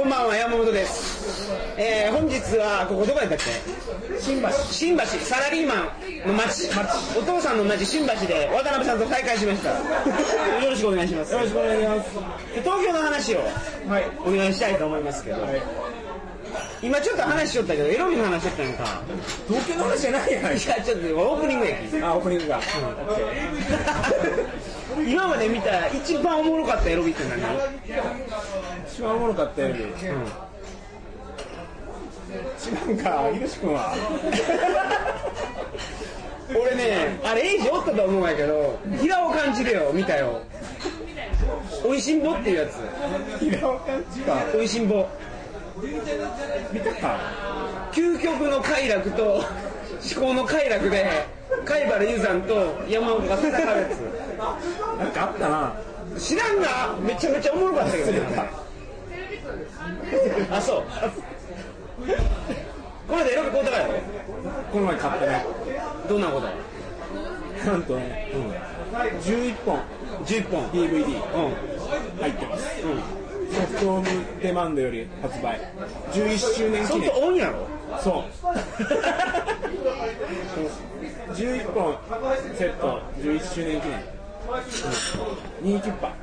んばんは、山本です。本日はここどこやったっけ？新橋サラリーマンの町、お父さんの町新橋で渡辺さんと再会しました。よろしくお願いします。 よろしくお願いします。 東京の話を、お願いしたいと思いますけど、今ちょっと話しとったけどエロビの話しとったやんか。 東京の話じゃないやない。 いやちょっとオープニングやき。 オープニングが、 今まで見た一番おもろかったエロビって何？ 一番おもろかったエロビ、違うんか、ひろし君は俺ね、あれエイジおったと思うんやけど、平尾感じるよ、見たよ。おいしんぼっていうやつ。 平尾感じか。 おいしんぼ見たか。 究極の快楽と思考の快楽で貝原雄山と山岡が戦うやつ。 なんかあったな。 知らんがめちゃめちゃおもろかったけどね。あ、そう。これでエロビ買うたかやろ。 この前買ったね。 どんなこと？ なんとね、11本 DVD 入ってます。ソフトオンデマンドより発売11周年記念。 ソフトオンやろ。 そう11本セット11周年記念、2キュッパ。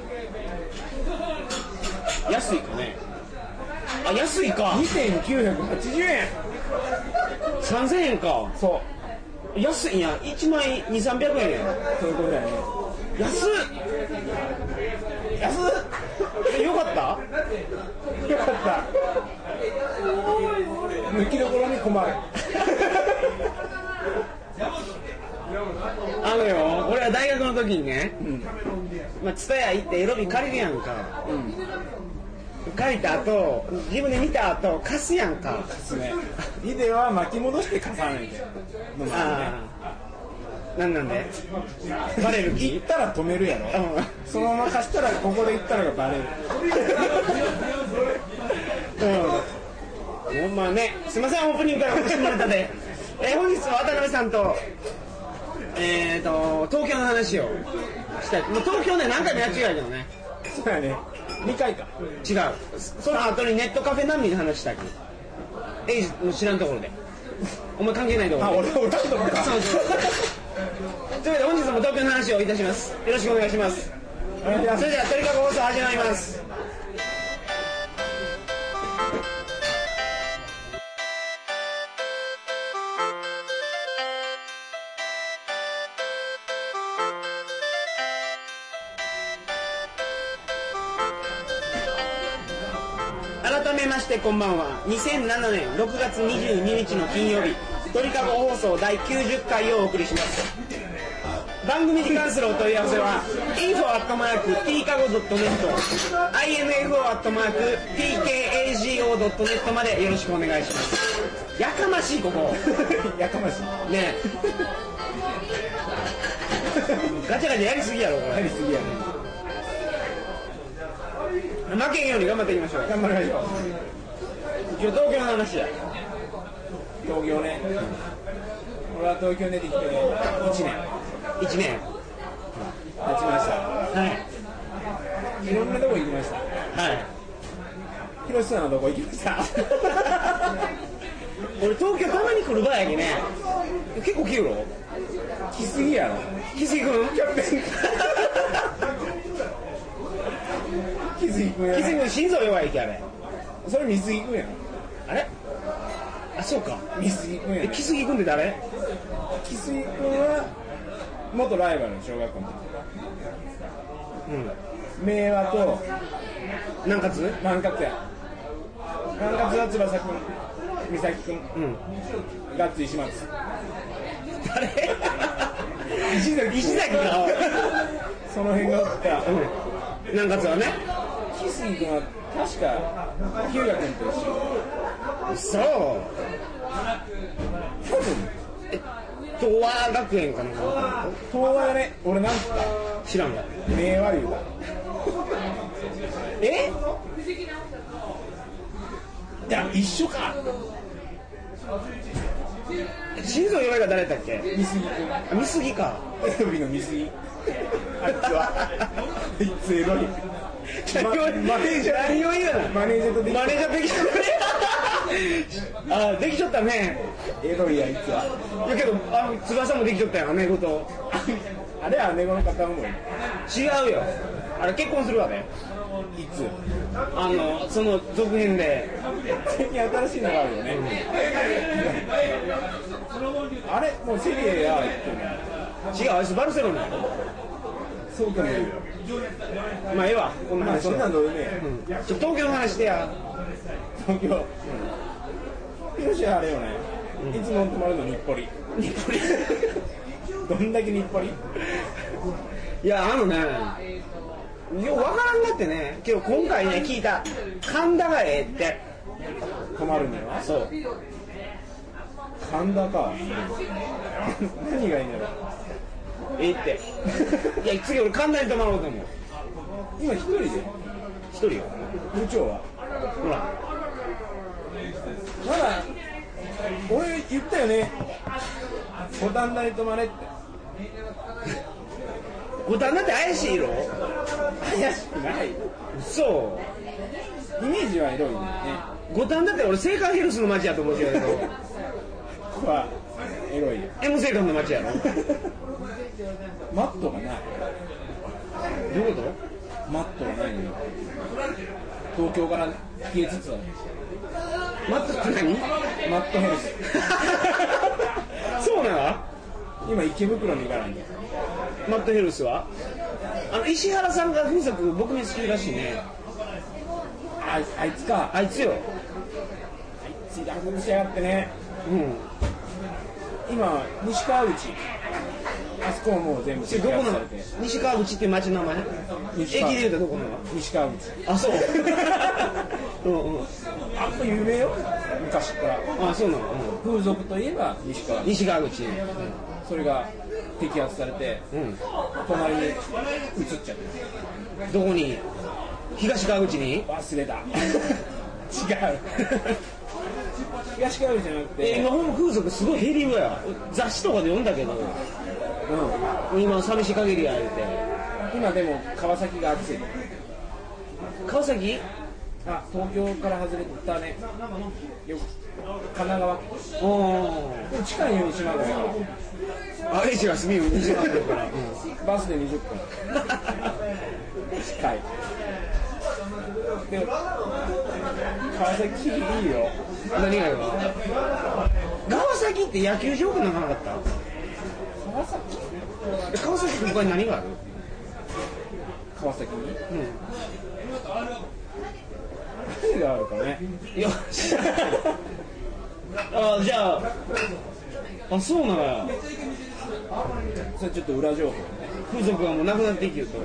安いかね。あ、安いか。 2980円。 3000円か。 そう安いんや。1枚2、300円や。 そういうことだよね。 安っよかった。 よかった。抜きどころに困る。 あのよ、俺は大学の時にね、ツタヤ行ってエロビ借りるやんか、借りた後自分で見た後貸すやんか。 ビデオは巻き戻して貸さないでのもあなんでバレる気？ 行ったら止めるやろ、そのまま貸したらここで行ったらがバレる。 ほんまね、すいません、オープニングからお越しもらったで本日は渡辺さんと東京の話をしたい。もう東京ね、何回もやっ違うけどね。 そうやね、2回か。 違う、その後にネットカフェ難民の話したいけど、エイジの知らんところで、お前関係ないところで。 俺おらんとこか。 そうというわけで本日も東京の話をいたします。よろしくお願いします。それでは鳥かご放送始まります。改めましてこんばんは。2007年6月22日の金曜日、鳥かご放送第90回をお送りします。番組に関するお問い合わせは info@tkago.net info@tkago.net までよろしくお願いします。やかましいここやかましいねガチャガチャやりすぎやろこれ。 やりすぎやね。 負けんように頑張っていきましょう。 頑張りましょう。 今日東京の話や。 東京ね、俺は東京に出てきてね、1年経ちました。 はいいろんなとこ行きました。広瀬さんのとこ行きました俺東京たまに来る場合やけね。結構来るろ。 来すぎやろ。 来すぎくんキャプテン来すぎくんや。 来すぎくん心臓弱いきあれ。 それ見すぎくんやろ。 あれ、あ、そうか。 見すぎくんや。 来すぎくんって誰？ 来すぎくんは元ライバルの小学校の時。明和と南葛や。南葛は翼くん、美咲くん、ガッツ石松。 誰？ 石崎がその辺がおった。 南葛はね。 来すぎくんは確か日向くんと一緒。 そう。 多分東和学園かな。 東和ね、俺なんつった知らんわ。 明和言うた。いや、一緒か。 心臓弱いが誰だっけ？ 見すぎくん。 見すぎか。 エロビの見すぎ。あいつはあいつエロい。 マネージャー何を言うのマネージャーとできマネージャーできちゃったねあできちゃったねエロいあいつは。 いやけど翼もできちゃったよ姉子とあれは姉子の片思い。 違うよあれ結婚するわねいつその続編で最近新しいのがあるよね、あれもうセリエ A って違うあいつバルセロナやろそうかも言うよ。 まあええわこんな話そんなのね、 東京の話してや東京ヒロシはあれよね、いつも泊まるの日暮里どんだけ日暮里いやようわからんなってねけど今回ね聞いた神田がええって泊まるのよ。 そう神田か何がいいんだろう。 ええっていや次俺神田に泊まろうと思う今一人で一人よ部長はほらまだ俺言ったよね、五反田に泊まれって。 五反田って怪しいろ怪しくない、 そうイメージはエロいね。 五反田って俺青函ヘルスの街やと思ってたけどここはエロいよ。 M 青函の街やろマットがない。 どういうこマットがないのよ。東京から消えつつある。 とマットって何マットヘルスそうなの今池袋に行かないんだよ。 マットヘルスは石原さんが風俗僕に好きらしいねあいつか。 あいつよあいついらんことしやがってね。 うん今西川口あそこはもう全部どこなの西川口っていう町の名前駅で言うとどこなの西川口。 あそううんあっこ有名よ昔から。 あそうなの、 風俗といえば西川口。 西川口それが摘発されて、隣に移っちゃって。 どこに東川口に忘れた違う東川口じゃなくて、 今ほんま風俗すごい減りよや雑誌とかで読んだけど今寂しい限りや言うて今でも川崎が熱い。 川崎東京から外れたねよ神奈川県おでも近いようにしまうからあれ違うすみよ西川口から、 バスで20分近い。でも川崎いいよ。 何がよ川崎って野球場かなんかなかった川崎って他に何がある川崎に、何があるかね。 いやじゃあそうなのよそれちょっと裏情報ね。 風俗がもうなくなっていきると、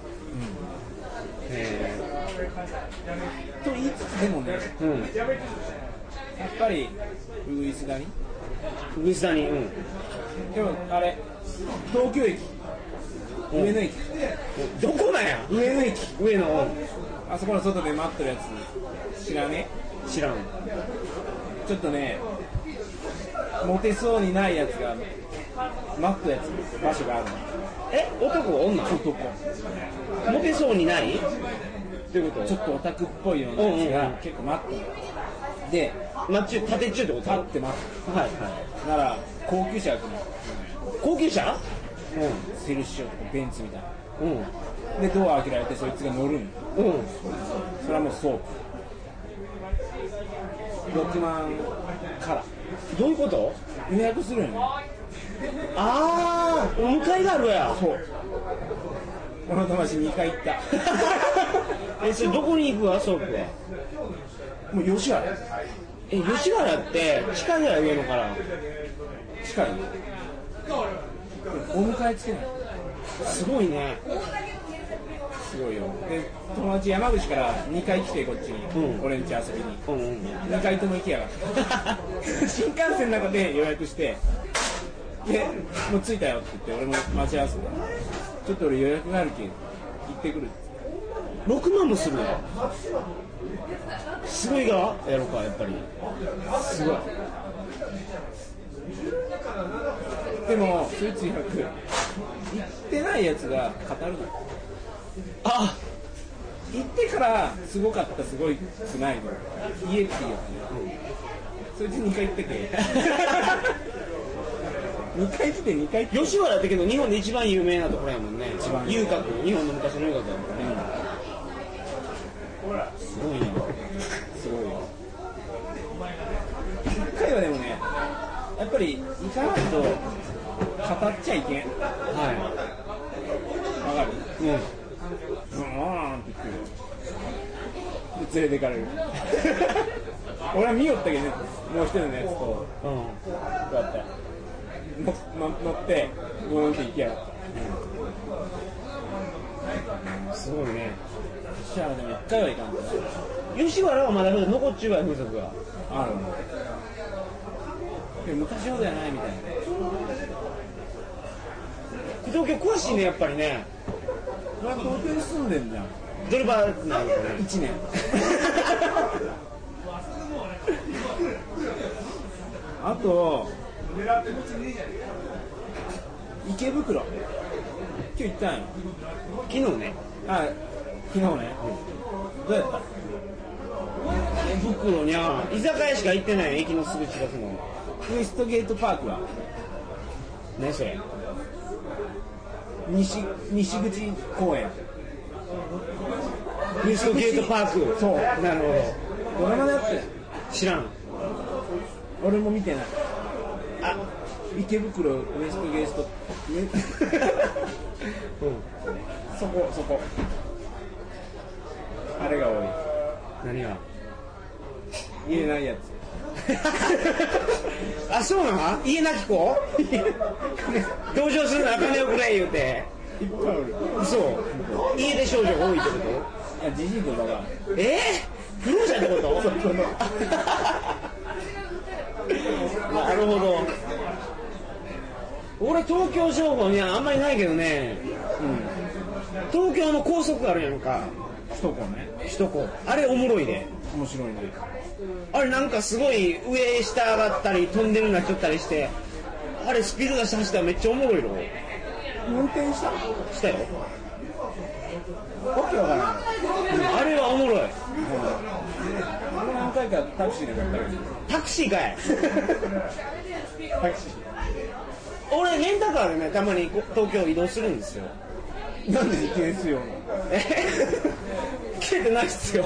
と言いつつでもね、やっぱりウグイス谷ウグイス谷でもあれ東京駅上野駅どこなんや上野駅上野あそこの外で待ってるやつ知らね知らんちょっとねモテそうにないやつが待ったやつ場所があるの。 男女男モテそうにないどういうことちょっとオタクっぽいようなやつが結構待ってるで縦っちゅうってこと立って待ってはいなら高級車が来るの。 高級車セルシオとかベンツみたいうんなでドア開けられてそいつが乗るんそれはもうソープ6万からどういうこと予約するんよ。 お迎えがあるやそうこの友達2回行ったそれどこに行くわソープはもう吉原吉原って近いや上野から近いお迎えつけないすごいねすごいよ。で友達山口から2回来てこっちに、俺ん家遊びに、2回とも行きやがって新幹線の中で予約してでもう着いたよって言って俺も待ち合わせでちょっと俺予約があるけん行ってくるって 6万もするよすごいがやろかやっぱりすごい。でもそいつ曰く行ってないやつが語るの。 行ってからすごかったすごいくないの家っていうかね、それで2回行ってて2回来て2回行って吉原ってけど日本で一番有名なところやもんね。 一番遊郭、日本の昔の遊郭やもんね、すごいな。 すごいよ。1回はでもねやっぱり行かないと語っちゃいけん。わかる？うんって言ってる。で連れてかれる。俺は見よったけどね、もう一人のやつと、こうやって乗ってゴーンって行きやがった。 すごいね。 吉原でも1回は行かんとね。 吉原はまだ残っちゅうわ、風俗があるの。でも昔ほどじゃないみたいな。 東京詳しいね、やっぱりね。 俺は東京に住んでんじゃん。 どればなるかね。 1年。あと池袋今日行ったんよ。 昨日ね。 あ、昨日ね、どうやった？ 池袋にゃ居酒屋しか行ってない。駅のすぐ近くのウエストゲートパークは何それ？ 西口公園。 ウエストゲートパーク。 そう、 なるほドラマでやってる。 知らん。 俺も見てない。 あ、 池袋ウエストゲートそこあれが多い。 何が？ 言えないやつ。 あ、そうなの？家なき子登場するなら金をくれ言うて。 いっぱいおる。 そう家で少女が多いってこいや、ジジイとかがと？不老者ってこと？なるほど。俺東京情報にはあんまりないけどね、東京の高速あるやんか。 首都高ね。 首都高あれおもろいで。 面白いね。 あれなんかすごい上下上がったり飛んでるなっちゃったりして、あれスピード出して走ったらめっちゃおもろいの。 運転したよ。 わけわからない。 あれはおもろい。 俺何回かタクシーで乗ったけど。 タクシーかい。 タクシ俺レンタカーでねたまに東京移動するんですよ。 ー。なんで自転すよ。 切れてないっすよ。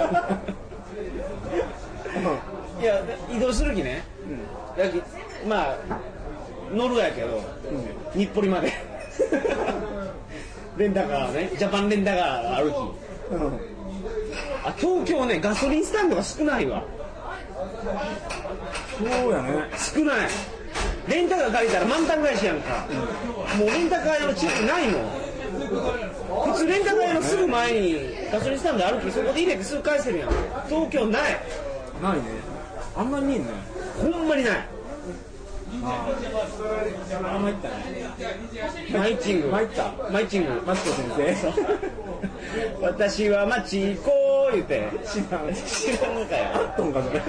いや移動する気ね。だけまあ乗るやけど、日暮里まで。レンタカーね、ジャパンレンタカーがある日。あ、東京ねガソリンスタンドが少ないわ。 そうやね。 少ない。レンタカー借りたら満タン返しやんか。もうレンタカー屋の近くないもん。普通レンタカー屋のすぐ前にガソリンスタンドあるき、そこで入れてすぐ返せるやん。東京ない。 ないね。あんまり見えんね。 ほんまにない。 あんま行ったね。 マイチング。 マイコ先生。 私はマチコー言うて。知らんのかよ。 あっとんかそれ。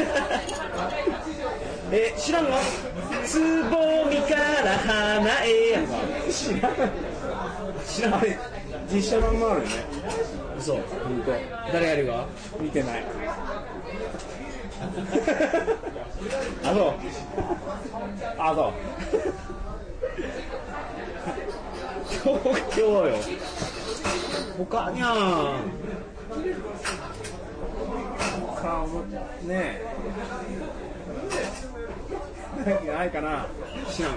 知らんの？つぼみから花へやんか。 知らん。あれ実写版もあるよね。 嘘。 本当。 誰やるが？ 見てない。 あ、そう。 あ、そう。 東京よ。他にゃねえ。ないかな。 知らん。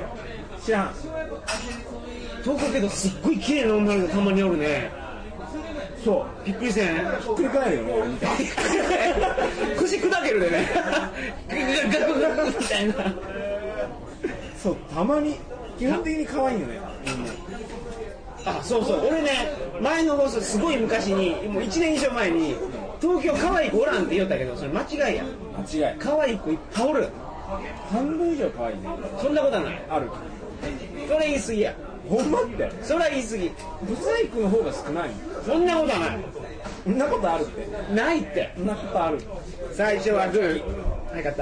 東京けどすっごい綺麗な女の子がたまにおるね。 そう。 びっくりせん？ ひっくり返るよね。 腰砕けるでね。ガクガクみたいな。 そう、たまに基本的に可愛いよね。 あ、そうそう。俺ね前の放送すごい昔にもう1年以上前に東京可愛い子おらんって言ったけどそれ間違いや。 間違い。 可愛い子いっぱいおる。 半分以上可愛いね。 そんなことはない。 ある。 それ言い過ぎや。 ほんまって。 それは言い過ぎ。 ブサイクの方が少ないの。 そんなことはない。 そんなことあるって。 ないって。 そんなことある。 最初はグー。はい、勝った。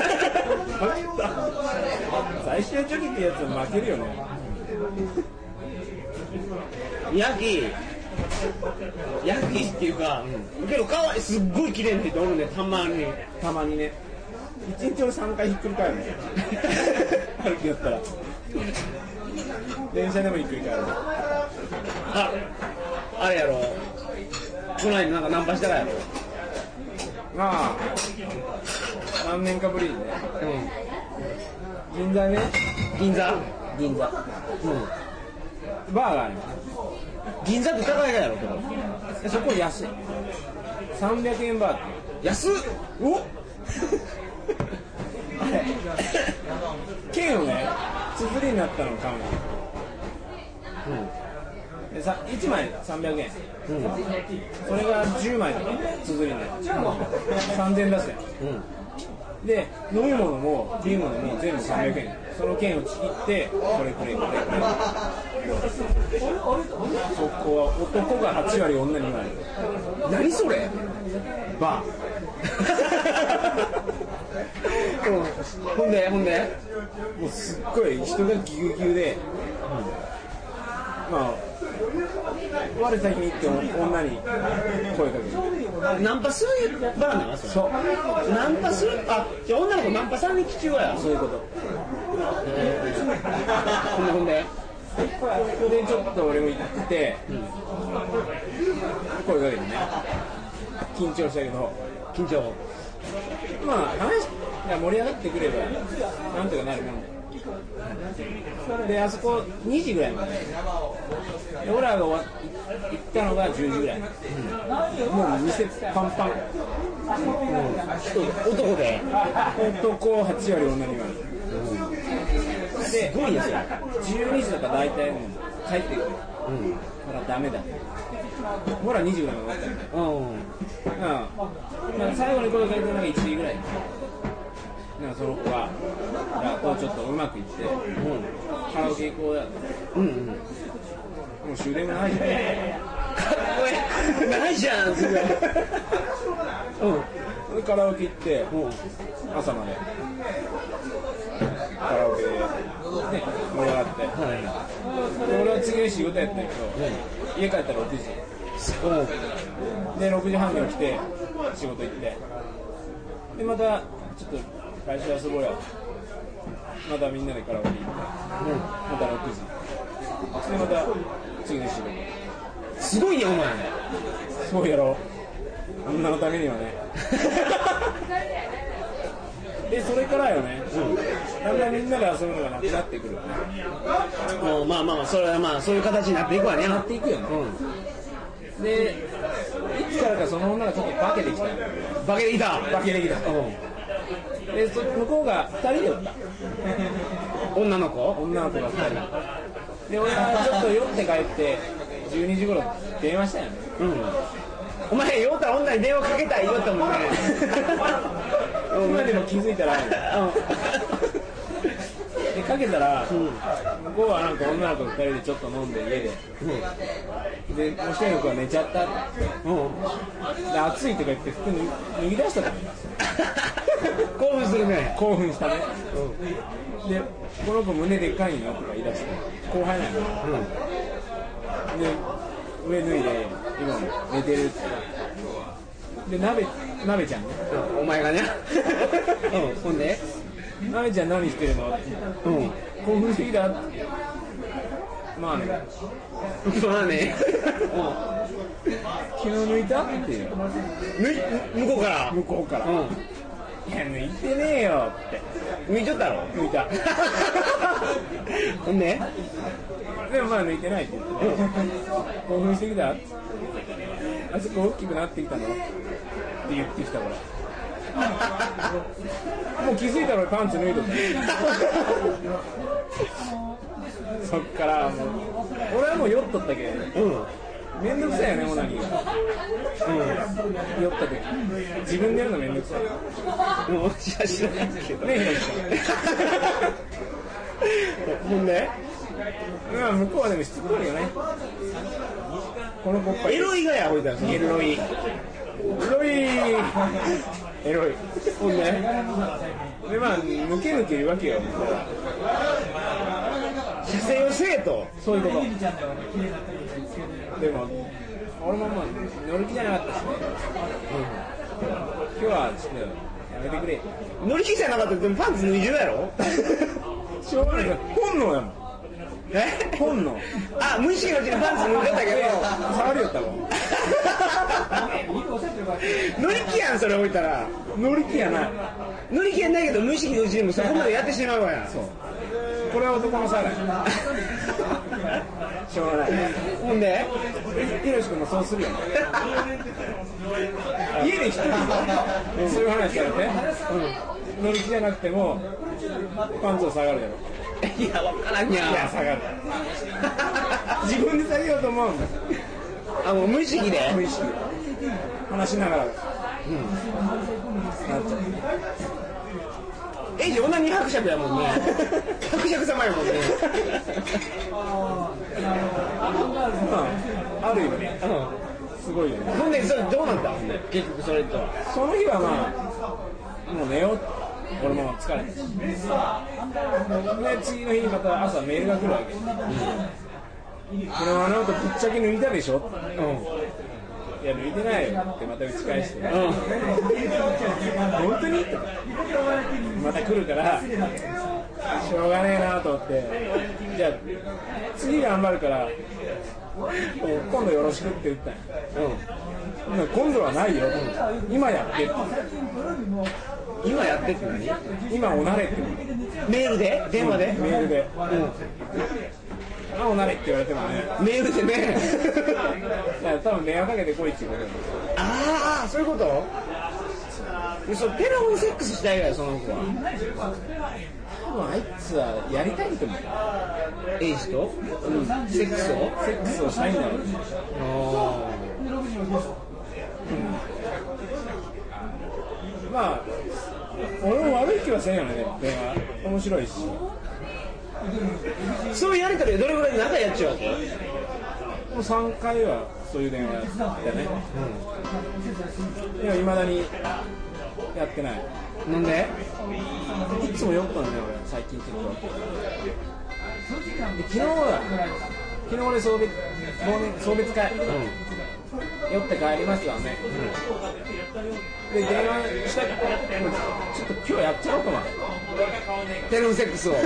最初はチョキってやつは負けるよね。 ヤキ、 ヤギっていうか、けど可愛い、すっごい綺麗な人おるね、たまに。 たまにね。1日俺3回ひっくり返るね。歩きやったら。電車でもひっくり返る。 あれやろ。この間なんかナンパしたからやろ。 まあ、何年かぶりにね。銀座ね。 銀座。 バーがある。 銀座って高いがやろ、けど。 そこ安い。300円バーって。 安っ。お剣をね、綴りになったのを買うの。でさ1枚300円、それが10枚とか綴りになって3000円出すやん、で飲み物も食い物も全部300円、その剣をちぎってこれくれそこは男が8割女2割。 何それバーほんでもうすっごい人がギュギュで、まあ我先に行っても女に声かける。 ナンパするバーなのそれ。 そうナンパする、あ、じゃあ女の子ナンパさんに来ちゅうや。 そういうこと。 ほんでちょっと俺も行って、声かけてね、緊張したけど、まあ話が盛り上がってくればなんとかなるもんで、あそこ2時ぐらいまで、俺らが行ったのが10時ぐらい、もう店パンパン、 男で男8割女2割、 すごいですよ。 12時とか大体もう帰ってくる、ほらダメだ、ほら2時ぐらいまで終わったみたいな、最後に声かけたのが1時ぐらい、なんかその子がこうちょっとうまくいって、カラオケ行こうや、もう終電もないじゃん、 かっこいいないじゃん、すごい。 でカラオケ行って、朝までカラオケで、ね、盛り上がって、で俺は次の仕事やったんやけど、家帰ったら6時で6時半に起きて仕事行って、でまたちょっと会社遊ぼうや、またみんなでカラオケ行って、また6時でまた次の仕事。 すごいねお前。 そうやろ、女のためにはね。でそれからよね、だんだんみんなで遊ぶのがなくなってくるよね。 まあそれはまあそういう形になっていくわね。 なっていくよね、でいつからかその女がちょっと化けてきた。 バケできた。 で向こうが2人でおった。 女の子が2人で、俺はちょっと酔って帰って12時頃電話したよね。 お前酔ったら女に電話かけたい言おったもんね。 今でも気づいたら、でかけたら、向こうはなんか女の子2人でちょっと飲んで家で、でもう一人の子は寝ちゃった、で暑いとか言って服脱ぎ出したと思います。 興奮するね。 興奮したね、でこの子胸でっかいよとか言い出して、後輩なの、で上脱いで今寝てるって、で鍋ちゃんね、 お前がね。ほんで鍋ちゃん何してるのって、興奮してきたって、まあね昨日抜いたっていう、 向こうから、 いや抜いてねえよって。 抜いちゃったろ。 抜いた。 ほんででもまだ抜いてないって言って、興奮してきた、あそこ大きくなってきたのって言ってきたから、もう気づいたら俺パンツ脱いとった。そっからもう俺はもう酔っとったけど、めんどくさいよね、オナニーが。酔った時自分でやるのめんどくさい。 知らないけどねえ、 ほんで向こうはでもしつこいよね。この子っぱいエロいがやほいだよ。 エロいほんででまあ抜け言うわけよ。 射精をせえと。 そういうこと。でも俺ももう乗る気じゃなかったしね、今日はちょっとやめてくれ。 乗り気じゃなかったらでもパンツ脱いでるやろしょうがない本能やもん。本能。 あ、無意識のうちにパンツ脱いでたけど触りよったもん乗り気やん、それ置いたら。 乗り気やない。 乗り気やないけど無意識のうちにもそこまでやってしまうわや。 そう、これは男の差やしょうがない。 ほんでひろし君もそうするよね家で一人でそういう話されて、乗り気じゃなくてもパンツを下がるやろ。 いや、わからんや。 いや、下がる自分で下げようと思うんだ。 あ、もう無意識で無意識で話しながら、なっちゃう。 エイジ、女に伯爵やもんね伯爵様やもんねある意味ね、すごいよね。 ほんで、それどうなったの結局それとは。 その日はまあもう寝よう、俺も疲れたし、で次の日にまた朝メールが来るわけ、昨日あの後ぶっちゃけ抜いたでしょ、いや抜いてないよってまた打ち返して、本当にまた来るからしょうがねえなと思って、じゃあ次頑張るから今度よろしくって言ったんや、今度はないよ、今やってって。 今やってって何？ 今おなれってメールで？電話で？ メールで、おなれって言われてもね、 メールでね多分電話かけてこいっていうこと。 ああ、そういうこと？嘘、テレフォンセックスしたいからその子は。 多分あいつはやりたいと思う。 エイジと？セックスをしたいんだろうね。まあ俺も悪い気はせんよね、電話面白いし。 そういうやりとりはどれぐらい仲やっちゃうわけ？ もう3回はそういう電話やね、いや、未だにやってない。 なんで？ いつも酔ったのね、俺最近ちょっと。で昨日俺送別会、酔って帰りますわね、で電話したらちょっと今日やっちゃおうと思って、 テレフォンセックスを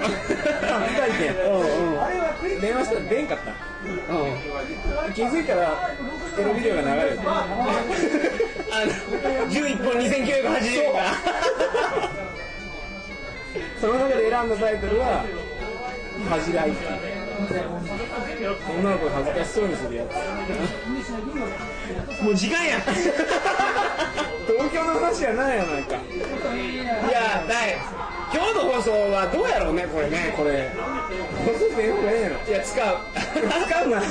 電話したら出んかった、気づいたらエロビデオが流れて 11本2980円がその中で選んだタイトルは恥じらいっていう、女の子が恥ずかしそうにするやつもう時間や東京の話やないやないか。いや、今日の放送はどうやろうね、これね。 これ放送してよくないやろ。 いや、使うな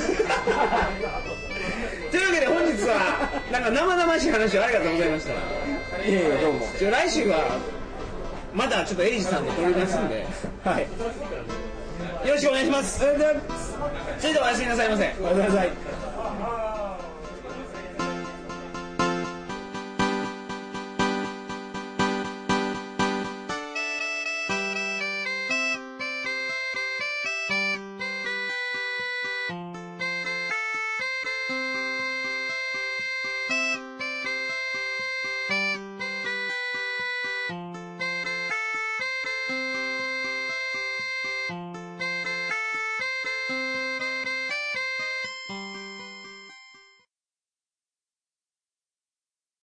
というわけで本日はなんか生々しい話をありがとうございました。 いやいや、どうも。 来週はまだちょっとエイジさんで撮りますんで、 はい、 よろしくお願いします。それではおやすみなさいませ。 おやすみなさい。